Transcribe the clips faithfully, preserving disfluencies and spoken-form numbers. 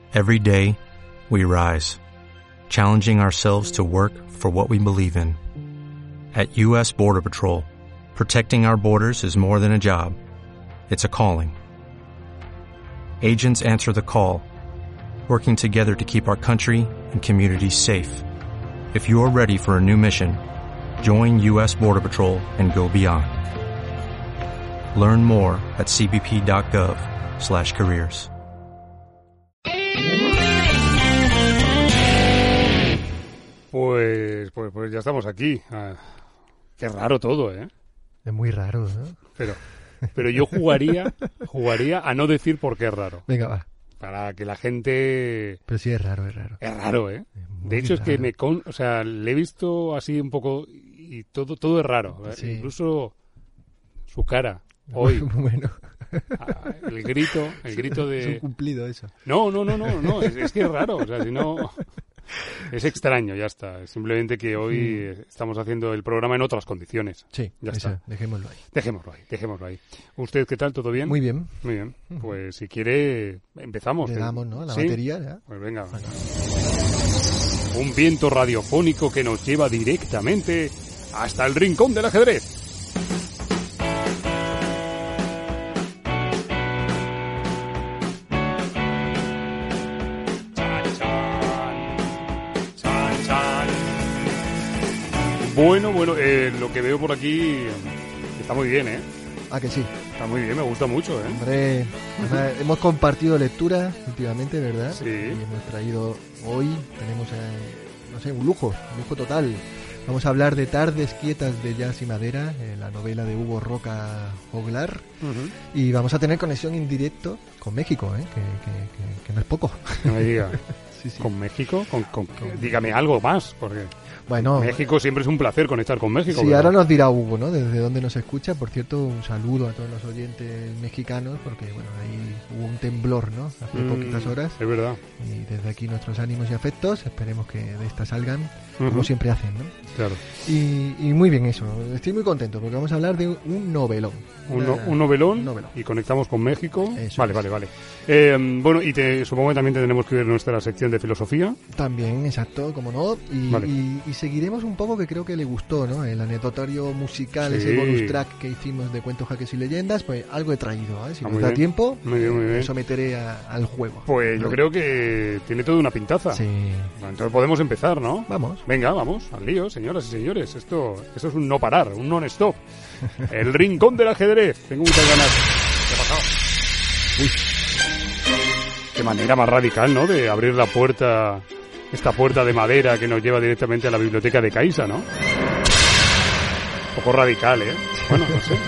Every day, we rise, challenging ourselves to work for what we believe in. At U S Border Patrol, protecting our borders is more than a job. It's a calling. Agents answer the call, working together to keep our country and communities safe. If you are ready for a new mission, join U S Border Patrol and go beyond. Learn more at c b p dot gov slash careers. Pues, pues, pues ya estamos aquí. Ah, qué raro todo, ¿eh? Es muy raro, ¿no? Pero, pero yo jugaría, jugaría a no decir por qué es raro. Venga, va. Para que la gente... Pero sí es raro, es raro. Es raro, ¿eh? Es de hecho, raro. es que me... Con... O sea, le he visto así un poco... Y todo, todo es raro. ¿eh? Sí. Incluso su cara. Hoy. Bueno. Ah, el grito, el grito de... Es un cumplido eso. No, no, no, no, no. Es, es que es raro. O sea, si no... Es extraño, ya está. Simplemente que hoy estamos haciendo el programa en otras condiciones. Sí, ya eso, está. Dejémoslo ahí. Dejémoslo ahí, dejémoslo ahí. ¿Usted qué tal? ¿Todo bien? Muy bien. Muy bien. Pues si quiere, empezamos. Le damos, ¿no? La ¿Sí? batería, ¿ya? Pues venga. Venga. Un viento radiofónico que nos lleva directamente hasta el rincón del ajedrez. Bueno, bueno, eh, lo que veo por aquí está muy bien, ¿eh? Ah, que sí. Está muy bien, me gusta mucho, ¿eh? Hombre, además, hemos compartido lectura últimamente, ¿verdad? Sí. Y hemos traído hoy, tenemos, eh, no sé, un lujo, un lujo total. Vamos a hablar de Tardes quietas de jazz y madera, eh, la novela de Hugo Roca Joglar. Uh-huh. Y vamos a tener conexión en directo con México, ¿eh? que, que, que, que no es poco. No me diga. Sí, sí. ¿Con México? Con, con, dígame algo más, porque Bueno, México siempre es un placer conectar con México. sí, ¿verdad? ahora nos dirá Hugo, ¿no? Desde dónde nos escucha. Por cierto, un saludo a todos los oyentes mexicanos, porque, bueno, ahí hubo un temblor, ¿no? Hace Mm, poquitas horas. Es verdad. Y desde aquí nuestros ánimos y afectos. Esperemos que de esta salgan, Uh-huh. como siempre hacen, ¿no? Claro. Y, y muy bien eso. Estoy muy contento, porque vamos a hablar de un novelón. Un, Una- no- un novelón, un novelón. y conectamos con México. Eso vale, es. vale, vale. Eh, bueno, y te, supongo que también tendremos que ver nuestra sección de filosofía. También, exacto, como no. Y, Vale. y, y seguiremos un poco, que creo que le gustó, ¿no? El anecdotario musical, Sí. ese bonus track que hicimos de cuentos, jaques y leyendas. Pues algo he traído, ¿eh? Si Ah, nos muy da bien. tiempo, Muy bien, muy bien. me someteré a- al juego. Pues yo ¿No? creo que tiene toda una pintaza. Sí. Bueno, entonces podemos empezar, ¿no? Vamos. Venga, vamos, al lío, señoras y señores. Esto, esto es un no parar, un non-stop. El rincón del ajedrez. Tengo muchas ganas. ¿Qué ha pasado? Uy. Qué manera más radical, ¿no? De abrir la puerta, esta puerta de madera que nos lleva directamente a la biblioteca de Caixa, ¿no? Un poco radical, ¿eh? Bueno, no sé.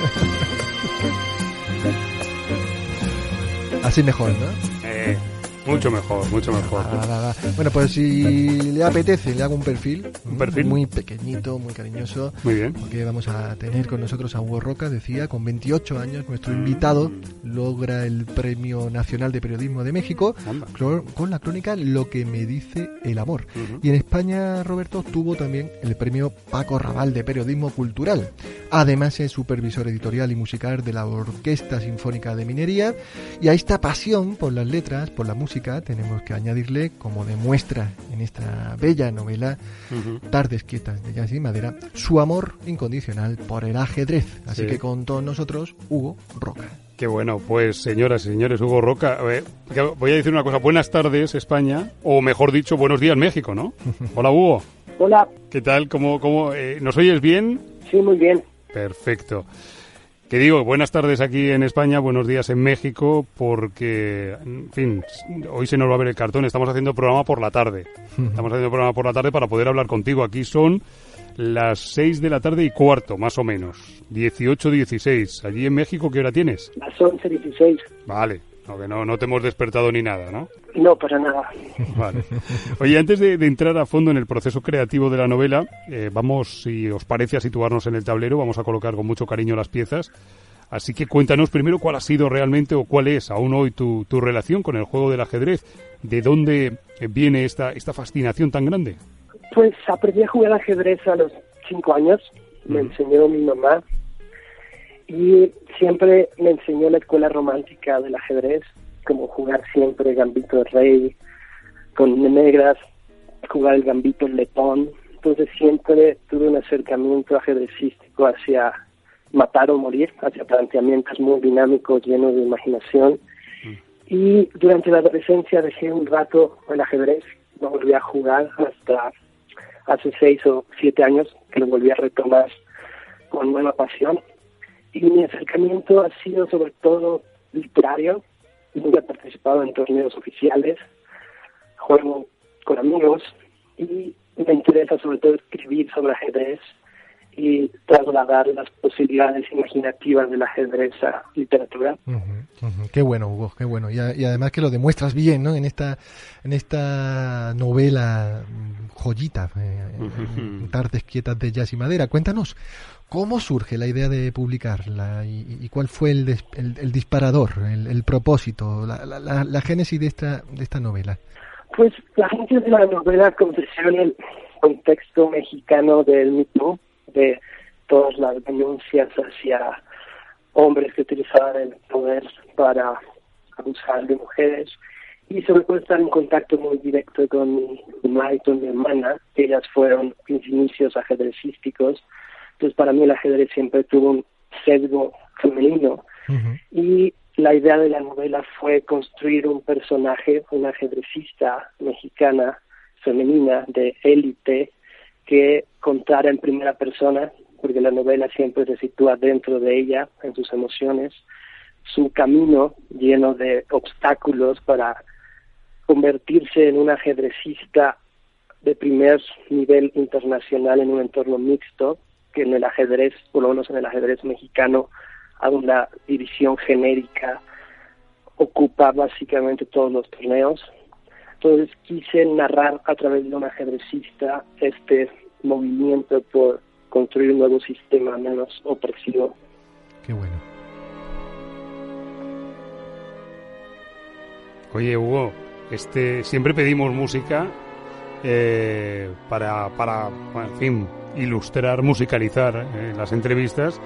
Así mejor, ¿no? Eh, mucho mejor, mucho mejor. Va, va, va. Bueno, pues si le apetece, le hago un perfil. ¿Un perfil? Muy pequeñito, muy cariñoso. Muy bien. Porque vamos a tener con nosotros a Hugo Roca, decía, con veintiocho años, nuestro invitado logra el Premio Nacional de Periodismo de México Anda. cro- con la crónica Lo que me dice el amor. Ujú. Y en España, Roberto, tuvo también el Premio Paco Raval de Periodismo Cultural. Además es supervisor editorial y musical de la Orquesta Sinfónica de Minería, y a esta pasión por las letras, por la música, tenemos que añadirle, como demuestra en esta bella novela Ujú. Tardes quietas de jazz y madera, su amor incondicional por el ajedrez. Así Sí. que con todos nosotros, Hugo Roca. Qué bueno, pues señoras y señores, Hugo Roca, eh, voy a decir una cosa, buenas tardes España, o mejor dicho, buenos días México, ¿no? Hola Hugo, Hola, ¿qué tal? ¿Cómo, cómo, eh, ¿Nos oyes bien? sí, muy bien. Perfecto. Que digo, buenas tardes aquí en España, buenos días en México, porque, en fin, hoy se nos va a ver el cartón, estamos haciendo programa por la tarde. Estamos haciendo programa por la tarde para poder hablar contigo. Aquí son las seis de la tarde y cuarto, más o menos. dieciocho dieciséis. Allí en México, ¿qué hora tienes? Las once dieciséis. Vale, no, que no, no te hemos despertado ni nada, ¿no? No, para nada. Vale. Oye, antes de, de entrar a fondo en el proceso creativo de la novela, eh, vamos, si os parece, a situarnos en el tablero, vamos a colocar con mucho cariño las piezas. Así que cuéntanos primero cuál ha sido realmente o cuál es aún hoy tu, tu relación con el juego del ajedrez. ¿De dónde viene esta, esta fascinación tan grande? Pues aprendí a jugar ajedrez a los cinco años. Me Mm. enseñó mi mamá. Y siempre me enseñó la escuela romántica del ajedrez. como jugar siempre gambito de rey, con negras, jugar el gambito letón. Entonces siempre tuve un acercamiento ajedrecístico hacia matar o morir, hacia planteamientos muy dinámicos, llenos de imaginación. Mm. Y durante la adolescencia dejé un rato el ajedrez, no volví a jugar hasta hace seis o siete años, que lo volví a retomar con nueva pasión. Y mi acercamiento ha sido sobre todo literario. Nunca he participado en torneos oficiales, juego con amigos y me interesa sobre todo escribir sobre ajedrez y trasladar las posibilidades imaginativas del ajedrez a literatura. Uh-huh, uh-huh. Qué bueno, Hugo, qué bueno. Y, a, y además que lo demuestras bien, ¿no? En esta en esta novela joyita, eh, uh-huh. Tardes quietas de Jazz y Madera. Cuéntanos, ¿cómo surge la idea de publicarla y, y cuál fue el, des, el, el disparador, el, el propósito, la, la, la, la génesis de esta de esta novela? Pues la génesis de la novela aconteció en el contexto mexicano del Me Too, de todas las denuncias hacia hombres que utilizaban el poder para abusar de mujeres, y sobre todo estar en contacto muy directo con mi madre y con mi hermana. Ellas fueron mis inicios ajedrecísticos, entonces para mí el ajedrez siempre tuvo un sesgo femenino. Uh-huh. Y la idea de la novela fue construir un personaje, una ajedrecista mexicana femenina de élite, que contara en primera persona, porque la novela siempre se sitúa dentro de ella, en sus emociones, su camino lleno de obstáculos para convertirse en una ajedrecista de primer nivel internacional en un entorno mixto, que en el ajedrez, por lo menos en el ajedrez mexicano, a una división genérica, ocupa básicamente todos los torneos. Entonces quise narrar a través de un ajedrecista este movimiento por construir un nuevo sistema menos opresivo. Qué bueno. Oye, Hugo, este siempre pedimos música eh, para, para, en fin, ilustrar, musicalizar eh, las entrevistas.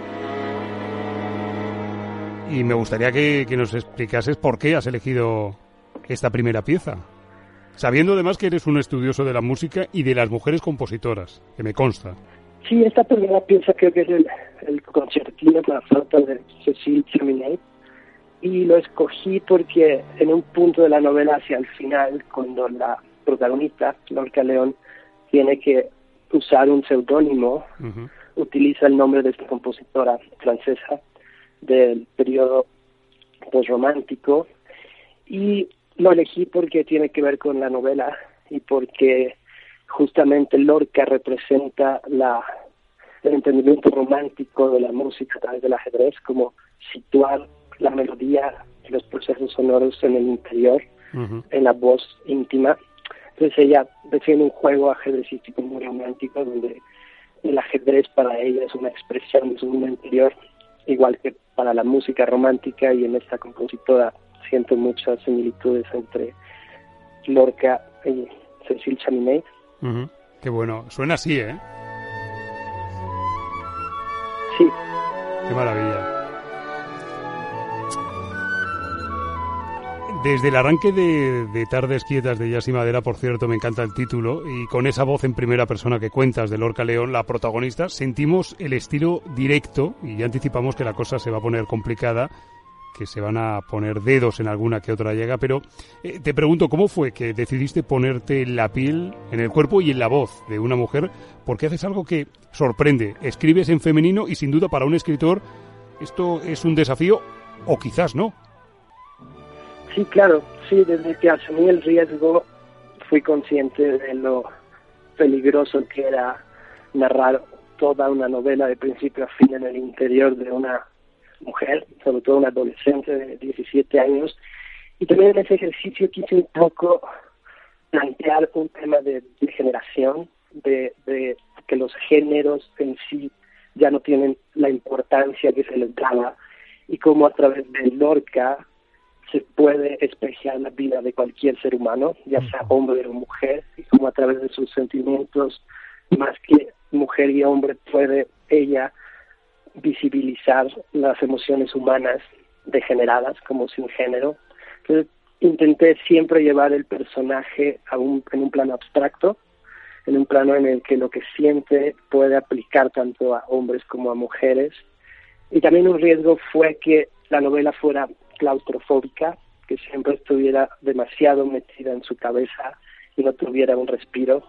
Y me gustaría que, que nos explicases por qué has elegido esta primera pieza, sabiendo además que eres un estudioso de la música y de las mujeres compositoras, que me consta. Sí, esta primera pieza creo que es el, el concertino para flauta de Cécile Chaminade, y lo escogí porque en un punto de la novela hacia el final, cuando la protagonista, Lorca León, tiene que usar un seudónimo, uh-huh. utiliza el nombre de esta compositora francesa del periodo posromántico, y lo elegí porque tiene que ver con la novela y porque justamente Lorca representa la, el entendimiento romántico de la música a través del ajedrez, como situar la melodía y los procesos sonoros en el interior, uh-huh. en la voz íntima. Entonces ella defiende un juego ajedrecístico muy romántico donde el ajedrez para ella es una expresión de su mundo interior, igual que para la música romántica, y en esta compositora siento muchas similitudes entre Lorca y Cécile Chaminade. Uh-huh. Qué bueno, suena así, ¿eh? Sí. Qué maravilla. Desde el arranque de, de Tardes Quietas de Jazz y Madera, por cierto, me encanta el título, y con esa voz en primera persona que cuentas de Lorca León, la protagonista, sentimos el estilo directo, y ya anticipamos que la cosa se va a poner complicada, que se van a poner dedos en alguna que otra llega, pero eh, te pregunto, ¿cómo fue que decidiste ponerte la piel, en el cuerpo y en la voz de una mujer? Porque haces algo que sorprende, escribes en femenino y sin duda para un escritor esto es un desafío, o quizás no. Sí, claro, sí, desde que asumí el riesgo fui consciente de lo peligroso que era narrar toda una novela de principio a fin en el interior de una mujer, sobre todo una adolescente de diecisiete años, y también en ese ejercicio quise un poco plantear un tema de, de generación, de, de que los géneros en sí ya no tienen la importancia que se les daba, y cómo a través de Lorca se puede espejear la vida de cualquier ser humano, ya sea hombre o mujer, y cómo a través de sus sentimientos, más que mujer y hombre, puede ella visibilizar las emociones humanas degeneradas como sin género. Entonces, intenté siempre llevar el personaje a un, en un plano abstracto, en un plano en el que lo que siente puede aplicar tanto a hombres como a mujeres. Y también un riesgo fue que la novela fuera claustrofóbica, que siempre estuviera demasiado metida en su cabeza y no tuviera un respiro.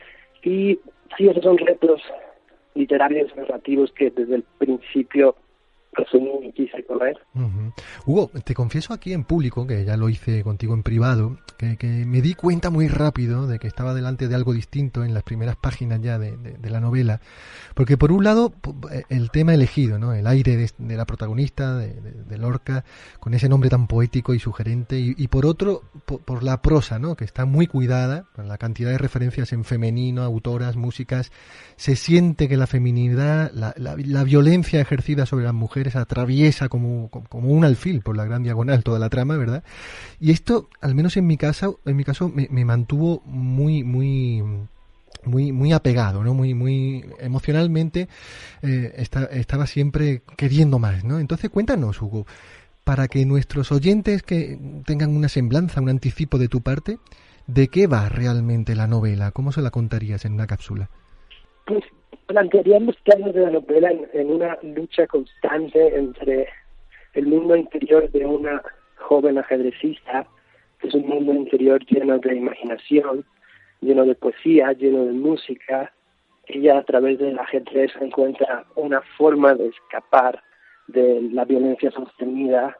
Y sí, esos son retos literarios, narrativos que desde el principio asumí y quise correr. Uh-huh. Hugo, te confieso aquí en público, que ya lo hice contigo en privado, que, que me di cuenta muy rápido de que estaba delante de algo distinto en las primeras páginas ya de, de, de la novela, porque por un lado el tema elegido, ¿no? El aire de, de la protagonista, de, de, de Lorca, con ese nombre tan poético y sugerente, y, y por otro, por, por la prosa, ¿no? Que está muy cuidada, con la cantidad de referencias en femenino, autoras, músicas. Se siente que la feminidad, la, la, la violencia ejercida sobre las mujeres atraviesa como, como un alfil por la gran diagonal toda la trama, ¿verdad? Y esto, al menos en mi caso, en mi caso me, me mantuvo muy, muy, muy, muy apegado, ¿no? Muy, muy emocionalmente eh, está, estaba siempre queriendo más, ¿no? Entonces, cuéntanos, Hugo, para que nuestros oyentes que tengan una semblanza, un anticipo de tu parte, ¿de qué va realmente la novela? ¿Cómo se la contarías en una cápsula? Pues plantearía los términos de la novela en, en una lucha constante entre el mundo interior de una joven ajedrecista, que es un mundo interior lleno de imaginación, lleno de poesía, lleno de música. Ella, a través del ajedrez, encuentra una forma de escapar de la violencia sostenida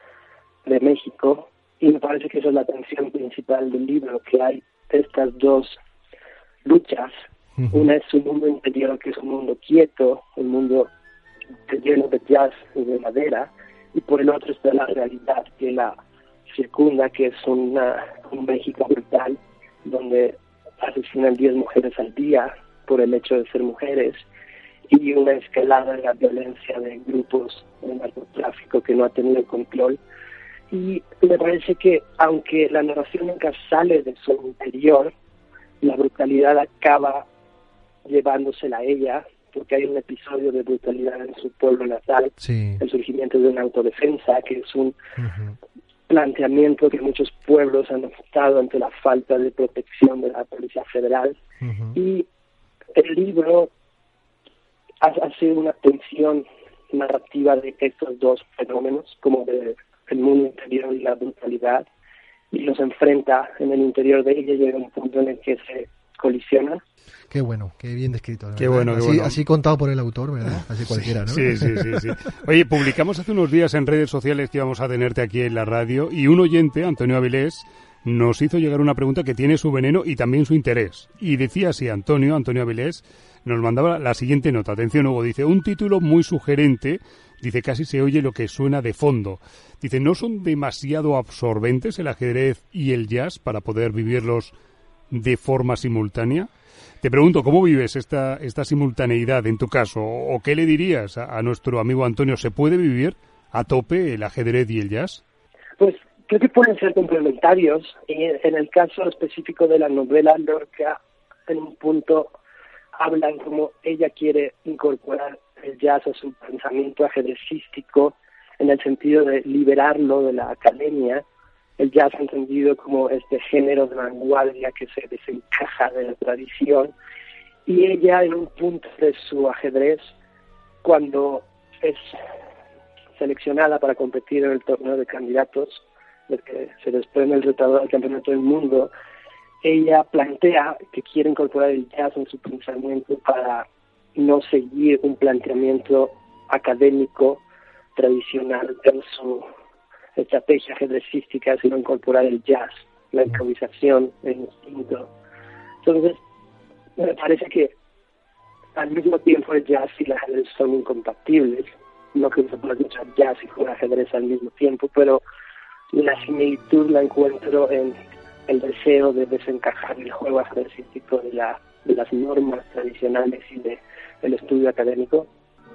de México, y me parece que esa es la tensión principal del libro, que hay estas dos luchas. Uh-huh. Una es su mundo interior, que es un mundo quieto, un mundo lleno de jazz y de madera, y por el otro está la realidad que la circunda, que es una, un México brutal, donde asesinan diez mujeres al día por el hecho de ser mujeres, y una escalada en la violencia de grupos de narcotráfico que no ha tenido control. Y me parece que, aunque la narración nunca sale de su interior, la brutalidad acaba llevándosela a ella, porque hay un episodio de brutalidad en su pueblo natal, sí. El surgimiento de una autodefensa, que es un uh-huh. planteamiento que muchos pueblos han optado ante la falta de protección de la Policía Federal. Uh-huh. Y el libro hace una tensión narrativa de estos dos fenómenos, como de el mundo interior y la brutalidad, y los enfrenta en el interior de ella, y llega un punto en el que se colisiona. Qué bueno, qué bien descrito. Qué bueno, qué así, bueno. Así contado por el autor, ¿verdad? Así cualquiera, ¿no? Sí, sí, sí, sí. Oye, publicamos hace unos días en redes sociales que íbamos a tenerte aquí en la radio, y un oyente, Antonio Avilés, nos hizo llegar una pregunta que tiene su veneno y también su interés. Y decía así, Antonio, Antonio Avilés, nos mandaba la siguiente nota. Atención, Hugo, dice, un título muy sugerente, dice, casi se oye lo que suena de fondo. Dice, ¿no son demasiado absorbentes el ajedrez y el jazz para poder vivirlos de forma simultánea? Te pregunto, ¿cómo vives esta esta simultaneidad en tu caso? ¿O qué le dirías a, a nuestro amigo Antonio? ¿Se puede vivir a tope el ajedrez y el jazz? Pues creo que pueden ser complementarios. Y en el caso específico de la novela, Lorca, en un punto hablan como ella quiere incorporar el jazz a su pensamiento ajedrecístico, en el sentido de liberarlo de la academia. El jazz entendido como este género de vanguardia que se desencaja de la tradición, y ella en un punto de su ajedrez, cuando es seleccionada para competir en el torneo de candidatos, del que se desprende el retador del campeonato del mundo, ella plantea que quiere incorporar el jazz en su pensamiento para no seguir un planteamiento académico tradicional en su estrategia ajedrecística, sino incorporar el jazz, la improvisación, el instinto. Entonces, me parece que al mismo tiempo el jazz y el ajedrez son incompatibles. No creo que se pueda escuchar jazz y jugar ajedrez al mismo tiempo, pero la similitud la encuentro en el deseo de desencajar el juego ajedrecístico de, la, de las normas tradicionales y de el estudio académico.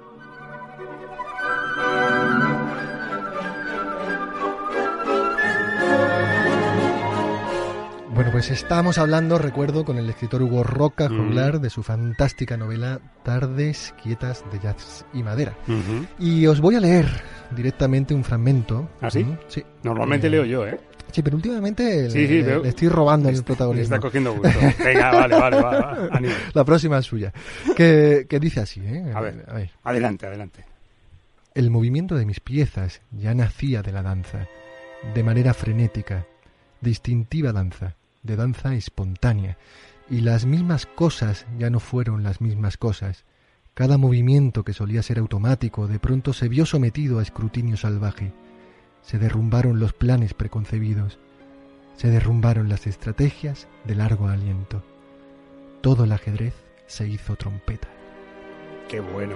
Bueno, pues estamos hablando, recuerdo, con el escritor Hugo Roca Joglar, mm. de su fantástica novela Tardes quietas de jazz y madera. Uh-huh. Y os voy a leer directamente un fragmento. ¿Ah, sí? ¿Mm? Sí. Normalmente eh, leo yo, ¿eh? Sí, pero últimamente sí, sí, le, pero le estoy robando el está, protagonismo. Está cogiendo gusto. Venga, vale, vale, vale, vale, ánimo. La próxima es suya. Que, que dice así, ¿eh? A ver, a ver, adelante, adelante. El movimiento de mis piezas ya nacía de la danza, de manera frenética, de instintiva danza, de danza espontánea, y las mismas cosas ya no fueron las mismas cosas. Cada movimiento que solía ser automático de pronto se vio sometido a escrutinio salvaje. Se derrumbaron los planes preconcebidos, se derrumbaron las estrategias de largo aliento. Todo el ajedrez se hizo trompeta. ¡Qué bueno!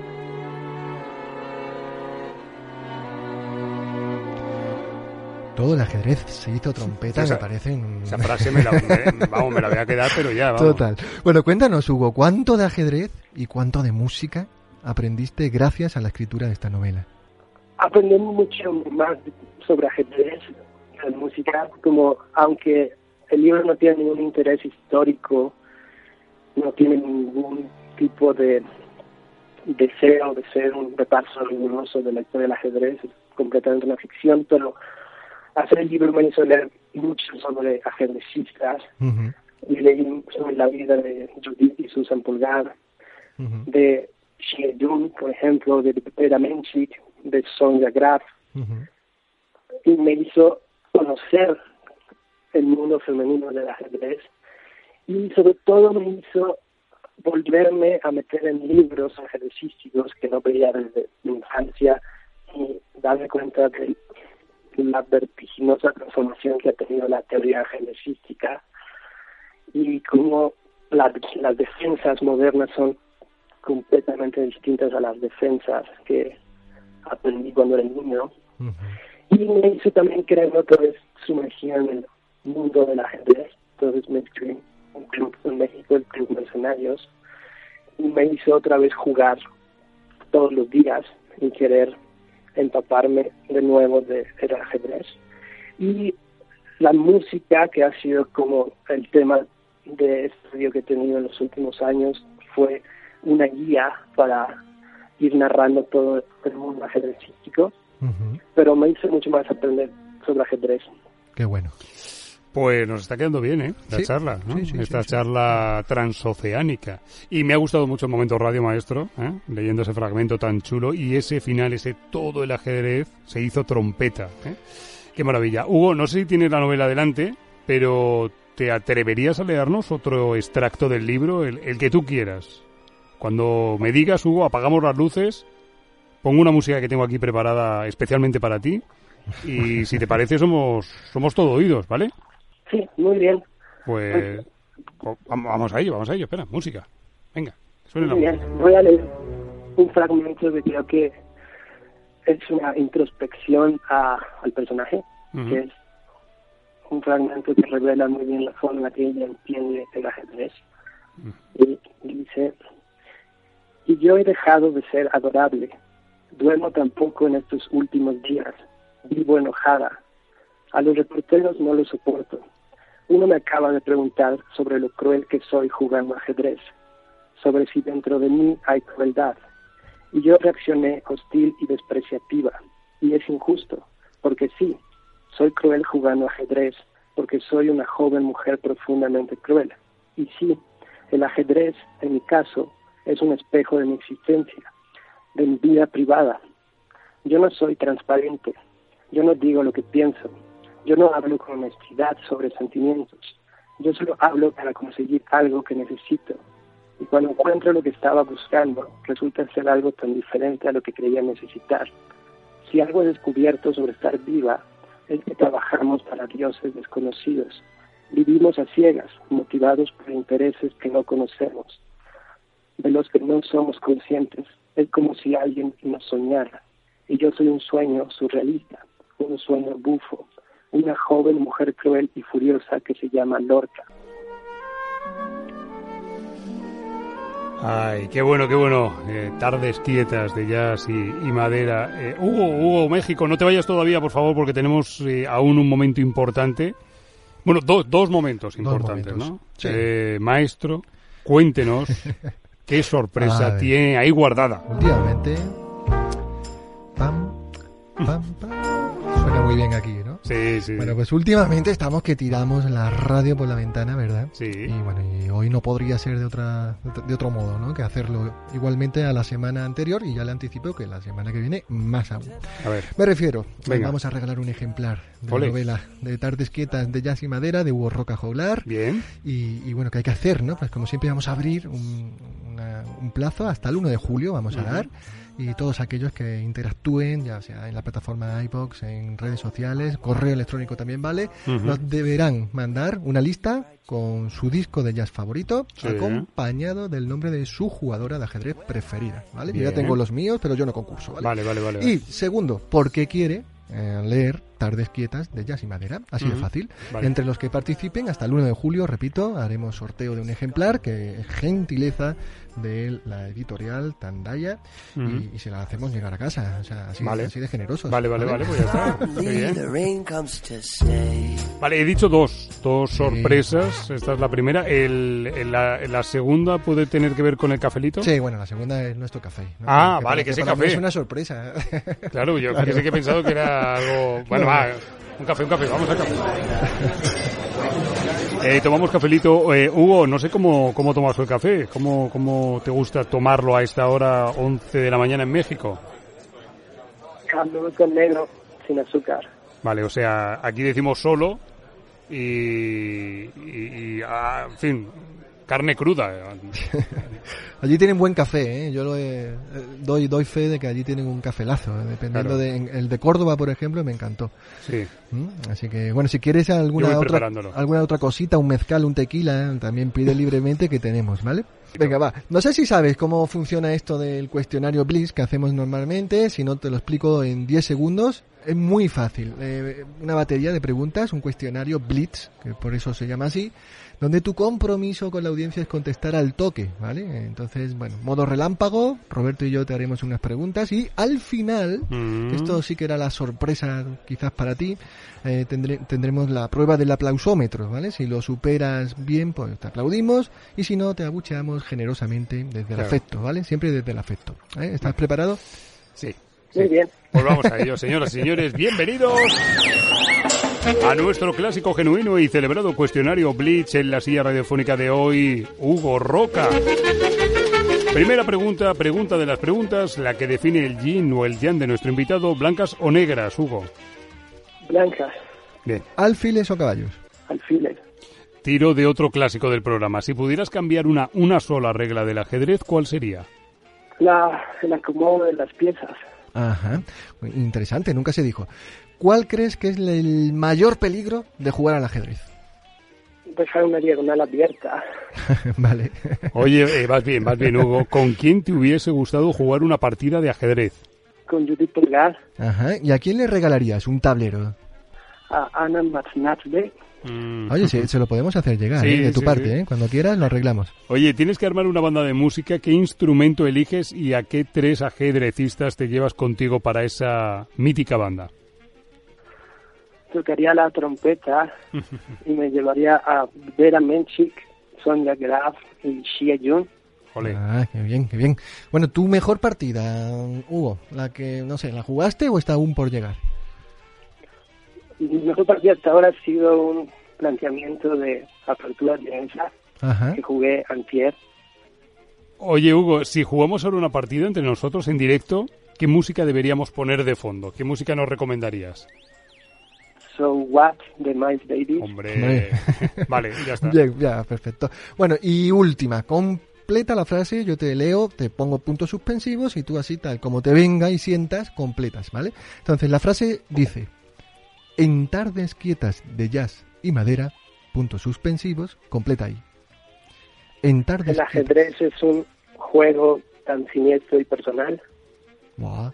Todo el ajedrez se hizo trompeta, esa, me parece un... Esa frase me la, me, vamos, me la voy a quedar, pero ya, vamos. Total. Bueno, cuéntanos, Hugo, ¿cuánto de ajedrez y cuánto de música aprendiste gracias a la escritura de esta novela? Aprendí mucho más sobre ajedrez, la música, como aunque el libro no tiene ningún interés histórico, no tiene ningún tipo de deseo de ser un repaso riguroso de la historia del ajedrez, es completamente una ficción, pero hacer el libro me hizo leer mucho sobre ajedrecistas. Uh-huh. Y leí sobre la vida de Judith y Susan Polgar, uh-huh. de Xie Yun, por ejemplo, de Peter Menchik, de Sonja Graf, uh-huh. y me hizo conocer el mundo femenino del ajedrez, y sobre todo me hizo volverme a meter en libros ajedrecísticos que no veía desde mi infancia y darme cuenta de la vertiginosa transformación que ha tenido la teoría ajedrecística y cómo la, las defensas modernas son completamente distintas a las defensas que aprendí cuando era niño. Uh-huh. Y me hizo también creer otra vez sumergir en el mundo del ajedrez. Entonces me inscribí en un club en México, el Club Mercenarios, y me hizo otra vez jugar todos los días y querer empaparme de nuevo de, del ajedrez. Y la música, que ha sido como el tema de estudio que he tenido en los últimos años, fue una guía para ir narrando todo el mundo ajedrecístico, uh-huh. pero me hizo mucho más aprender sobre ajedrez. Qué bueno. Pues nos está quedando bien, ¿eh? La sí, charla, ¿no? Sí, sí, Esta sí, charla sí. transoceánica. Y me ha gustado mucho el momento radio, maestro, ¿eh? Leyendo ese fragmento tan chulo y ese final, ese todo el ajedrez se hizo trompeta, ¿eh? Qué maravilla. Hugo, no sé si tienes la novela delante, pero ¿te atreverías a leernos otro extracto del libro? El, el que tú quieras. Cuando me digas, Hugo, apagamos las luces, pongo una música que tengo aquí preparada especialmente para ti y si te parece somos somos todo oídos, ¿vale? Sí, muy bien. Pues vamos a ello, vamos a ello. Espera, música. Venga, suena la música. Voy a leer un fragmento que creo que es una introspección a, al personaje, uh-huh. que es un fragmento que revela muy bien la forma en la que ella entiende el ajedrez. Uh-huh. Y, y dice: y yo he dejado de ser adorable. Duermo tampoco en estos últimos días. Vivo enojada. A los reporteros no los soporto. Uno me acaba de preguntar sobre lo cruel que soy jugando ajedrez, sobre si dentro de mí hay crueldad. Y yo reaccioné hostil y despreciativa. Y es injusto, porque sí, soy cruel jugando ajedrez, porque soy una joven mujer profundamente cruel. Y sí, el ajedrez, en mi caso, es un espejo de mi existencia, de mi vida privada. Yo no soy transparente. Yo no digo lo que pienso. Yo no hablo con honestidad sobre sentimientos. Yo solo hablo para conseguir algo que necesito. Y cuando encuentro lo que estaba buscando, resulta ser algo tan diferente a lo que creía necesitar. Si algo he descubierto sobre estar viva, es que trabajamos para dioses desconocidos. Vivimos a ciegas, motivados por intereses que no conocemos, de los que no somos conscientes. Es como si alguien nos soñara. Y yo soy un sueño surrealista, un sueño bufo, una joven mujer cruel y furiosa que se llama Lorca. Ay, qué bueno, qué bueno. Eh, tardes quietas de jazz y, y madera. Eh, Hugo, Hugo, México, no te vayas todavía, por favor, porque tenemos eh, aún un momento importante. Bueno, do, dos momentos importantes, dos momentos. ¿No? Sí. Eh, maestro, cuéntenos qué sorpresa tiene ahí guardada. Últimamente, pam, pam, pam. Suena muy bien aquí, ¿no? ¿no? Sí, sí. Bueno, pues últimamente estamos que tiramos la radio por la ventana, ¿verdad? Sí. Y bueno, y hoy no podría ser de otra de otro modo, ¿no? Que hacerlo igualmente a la semana anterior, y ya le anticipo que la semana que viene más aún. A ver. Me refiero, Venga. vamos a regalar un ejemplar de Ole. la novela de Tardes Quietas de Jazz y Madera de Hugo Roca Joular. Bien. Y, y bueno, ¿qué hay que hacer, no? Pues como siempre vamos a abrir un, una- un plazo hasta el uno de julio, vamos a dar, y todos aquellos que interactúen, ya sea en la plataforma de iVoox, en redes sociales, correo electrónico también vale, Ujú. nos deberán mandar una lista con su disco de jazz favorito, Sí. acompañado del nombre de su jugadora de ajedrez preferida, ¿vale? Yo ya Bien. tengo los míos, pero yo no concurso, ¿vale? Vale, vale, vale. vale. Y segundo, ¿por qué quiere eh, leer Tardes Quietas de Jazz y Madera? Así de Ujú. fácil. Vale. Entre los que participen, hasta el uno de julio, repito, haremos sorteo de un ejemplar, que es gentileza de la editorial Tandaya, Ujú. y, y se la hacemos llegar a casa. O sea, así, Vale. así de generosos. Vale, vale, vale, pues ya está. Qué bien. The rain comes to stay. Vale, he dicho dos, dos Sí. sorpresas. Esta es la primera. El, el- la, la segunda puede tener que ver con el cafelito. Sí, bueno, la segunda es nuestro café, ¿no? Ah, Que vale, para- que ese para mí café. es una sorpresa. Claro, yo Claro. pensé que he pensado que era algo... Bueno, No. va, un café, un café, vamos al café. Eh, tomamos cafelito. Eh, Hugo, no sé cómo, cómo tomas el café. ¿Cómo, ¿Cómo te gusta tomarlo a esta hora, once de la mañana en México? Caldo con negro, sin azúcar. Vale, o sea, aquí decimos solo y, y, y, ah, en fin, carne cruda. Allí tienen buen café, ¿eh? Yo lo he- eh, doy doy fe de que allí tienen un cafelazo, ¿eh? Dependiendo Claro. de en- el de Córdoba, por ejemplo, me encantó. Sí. ¿Mm? Así que bueno, si quieres Yo alguna voy otra preparándolo. alguna otra cosita, un mezcal, un tequila, ¿eh? También pide libremente, que tenemos, ¿vale? Venga, va. No sé si sabes cómo funciona esto del cuestionario Blitz que hacemos normalmente. Si no, te lo explico en diez segundos. Es muy fácil. Eh, una batería de preguntas, un cuestionario Blitz, que por eso se llama así, donde tu compromiso con la audiencia es contestar al toque, ¿vale? Entonces, bueno, modo relámpago, Roberto y yo te haremos unas preguntas y al final, Mm. esto sí que era la sorpresa quizás para ti, eh, tendré- tendremos la prueba del aplausómetro, ¿vale? Si lo superas bien, pues te aplaudimos, y si no, te abucheamos generosamente desde el Claro. afecto, ¿vale? Siempre desde el afecto. ¿eh? ¿Estás preparado? Sí. Muy bien. Pues vamos a ello, señoras y señores. Bienvenidos a nuestro clásico, genuino y celebrado cuestionario Blitz en la silla radiofónica de hoy, Hugo Roca. Primera pregunta, pregunta de las preguntas, la que define el yin o el yang de nuestro invitado, blancas o negras, Hugo. Blancas, Bien. ¿Alfiles o caballos? alfiler. Tiro de otro clásico del programa. Si pudieras cambiar una, una sola regla del ajedrez, ¿cuál sería? La, el acomodo de las piezas. Ajá, interesante, nunca se dijo. ¿Cuál crees que es el mayor peligro de jugar al ajedrez? Dejar una diagonal abierta. Vale. Oye, eh, vas bien, vas bien, Hugo. ¿Con quién te hubiese gustado jugar una partida de ajedrez? Con Judith Pulgar, Ajá, ¿y a quién le regalarías un tablero? a Ana Matznatzbe. Mm. Oye, se, se lo podemos hacer llegar, Sí, ¿eh? De tu sí, parte, sí. ¿eh? Cuando quieras lo arreglamos. Oye, tienes que armar una banda de música. ¿Qué instrumento eliges y a qué tres ajedrecistas te llevas contigo para esa mítica banda? Tocaría la trompeta y me llevaría a Vera Menchik, Sonia Graf y Xia Yun. Ole. Ah, qué bien, qué bien. Bueno, ¿tu mejor partida, Hugo? La que, no sé, ¿la jugaste o está aún por llegar? Mi mejor partida hasta ahora ha sido un planteamiento de apertura de mesa Ajá. que jugué antier. Oye, Hugo, si jugamos ahora una partida entre nosotros en directo, ¿qué música deberíamos poner de fondo? ¿Qué música nos recomendarías? So What de Miles Davis. Hombre. Hombre. Vale, ya está. Bien, ya, perfecto. Bueno, y última, completa la frase, yo te leo, te pongo puntos suspensivos y tú así tal como te venga y sientas, completas, ¿vale? Entonces la frase dice: en tardes quietas de jazz y madera, puntos suspensivos, completa ahí. En tardes El ajedrez es un juego tan siniestro y personal. Buah.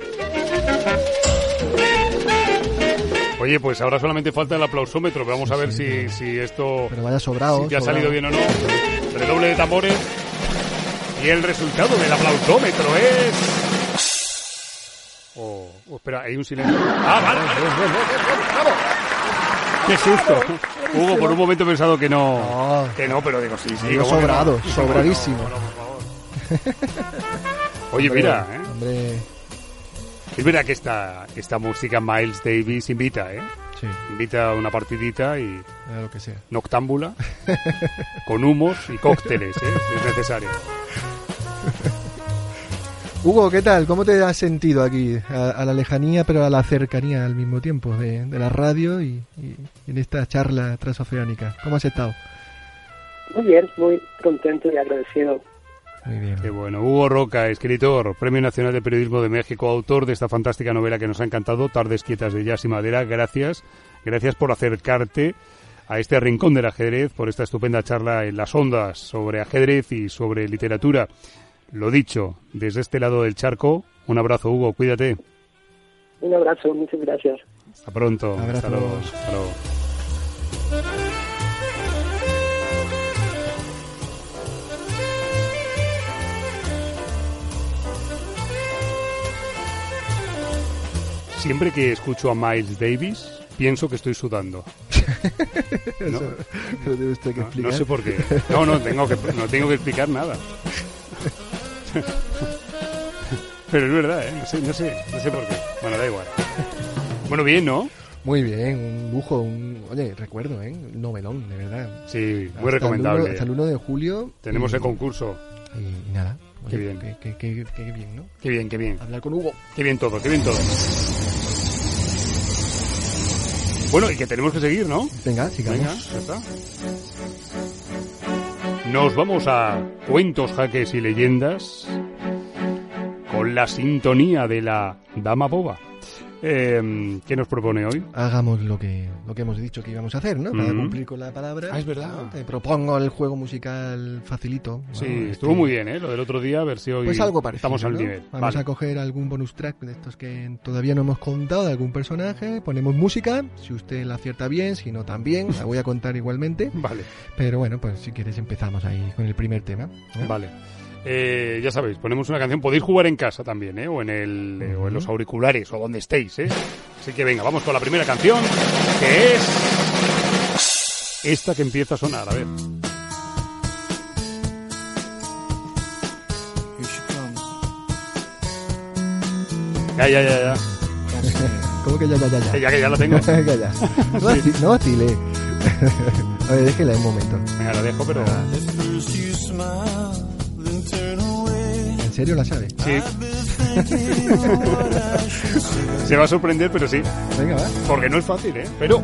Oye, pues ahora solamente falta el aplausómetro. Vamos Sí, a ver sí, si, si esto Pero vaya sobrado. si te ha sobrado. salido bien o no. Redoble de tambores. Y el resultado del aplausómetro es... Oh, oh, espera, hay un silencio. ¡Ah, vale! vale, vale, vale, vale. ¡Qué susto! Hugo, por un momento he pensado que no... No. Que no, pero digo, sí, sí. Digo ¿cómo que no? sobrado, ¿Cómo que no? sobradísimo. No, no, por favor. Oye, mira, ¿eh? Hombre, Es verdad que esta, esta música Miles Davis invita, ¿eh? Sí, Invita a una partidita y a lo que sea. noctámbula, con humos y cócteles, ¿eh? Si es necesario. Hugo, ¿qué tal? ¿Cómo te has sentido aquí? A, a la lejanía, pero a la cercanía al mismo tiempo de, de la radio y, y en esta charla transoceánica. ¿Cómo has estado? Muy bien, muy contento y agradecido. Muy bien. Qué bueno. Hugo Roca, escritor, Premio Nacional de Periodismo de México, autor de esta fantástica novela que nos ha encantado, Tardes Quietas de Jazz y Madera. Gracias, gracias por acercarte a este rincón del ajedrez, por esta estupenda charla en las ondas sobre ajedrez y sobre literatura. Lo dicho, desde este lado del charco, un abrazo, Hugo, cuídate. Un abrazo, muchas gracias. Hasta pronto. Abrazos. Hasta luego. Hasta luego. Siempre que escucho a Miles Davis, pienso que estoy sudando. ¿No? Eso lo debe usted que No, explicar. no sé por qué. No, no tengo que, no tengo que explicar nada. Pero es verdad, ¿eh? No sé, no sé, no sé por qué. Bueno, da igual. Bueno, bien, ¿no? Muy bien, un lujo, un... Oye, recuerdo, ¿eh? Un novelón, de verdad. Sí, Hasta muy recomendable. El uno, hasta el uno de julio. Tenemos y, el concurso. Y, y nada. Qué Oye, bien. Qué, qué, qué, qué bien, ¿no? Qué bien, qué bien. Hablar con Hugo. Qué bien todo, qué bien todo. Bueno, y que tenemos que seguir, ¿no? Venga, sigamos. Venga, ya está. Nos vamos a Cuentos, Jaques y Leyendas con la sintonía de la Dama Boba. Eh, ¿Qué nos propone hoy? Hagamos lo que lo que hemos dicho que íbamos a hacer, ¿no? Para Ujú. cumplir con la palabra. Ah, es verdad. ¿no? Te propongo el juego musical facilito. ¿no? Sí, Este, estuvo muy bien, ¿eh? Lo del otro día, a ver si hoy Pues algo parecido. estamos al ¿no? nivel. Vamos Vale. a coger algún bonus track de estos que todavía no hemos contado, de algún personaje. Ponemos música. Si usted la acierta bien, si no también, la voy a contar igualmente. Vale, Pero bueno, pues si quieres empezamos ahí con el primer tema. ¿eh? vale. Eh, ya sabéis, ponemos una canción. Podéis jugar en casa también, ¿eh? O en, el, eh, o en los auriculares, o donde estéis, ¿eh? Así que venga, vamos con la primera canción, que es esta que empieza a sonar. A ver. Ya, ya, ya, ya. ¿Cómo que ya, ya, ya, ya? Que ya, que ya la tengo. Que ya. No, vacile, no vacile. A ver, déjela un momento. Venga, la dejo, pero... ¿En serio la sabe? Sí. Se va a sorprender, pero sí. Venga, va. Porque no es fácil, ¿eh? Pero...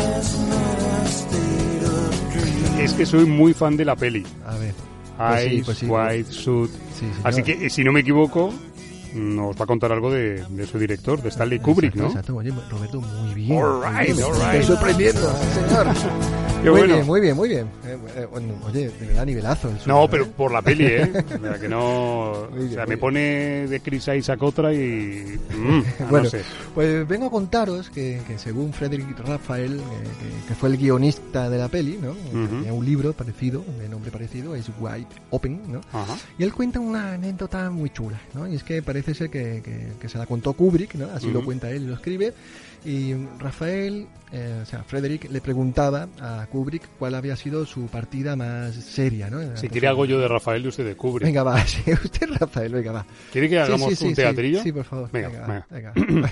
Es que soy muy fan de la peli. A ver. Pues sí, Eyes pues sí. Wide Shut. Sí, señor. Así que, si no me equivoco, nos va a contar algo de, de su director, de Stanley Kubrick, ¿no? Exacto, oye, Roberto, muy bien. All muy right, bien, all me right. estoy sorprendiendo, sí, señor. Qué muy bueno. bien, muy bien, muy bien. Eh, eh, bueno, oye, de verdad, nivelazo. El suyo, No, ¿eh? pero por la peli, ¿eh? O sea, que no... Muy bien, O sea, muy me bien. pone de Chris Isaac otra y... mm, ah, Bueno, no sé. pues vengo a contaros que, que según Frederick Raphael, eh, que, que fue el guionista de la peli, ¿no? Ujú. Tenía un libro parecido, de nombre parecido, es Wide Open, ¿no? Ajá. Y él cuenta una anécdota muy chula, ¿no? Y es que parece ser que, que, que se la contó Kubrick, ¿no? Así Ujú. lo cuenta él y lo escribe. Y Rafael, eh, o sea, Frederick le preguntaba a Kubrick cuál había sido su partida más seria, ¿no? Si quiere hago yo de Rafael y usted de Kubrick. Venga, va, sí, usted Rafael, venga, va. ¿Quiere que hagamos Sí, sí, sí, un teatrillo? Sí, sí, por favor. Venga, Venga, venga.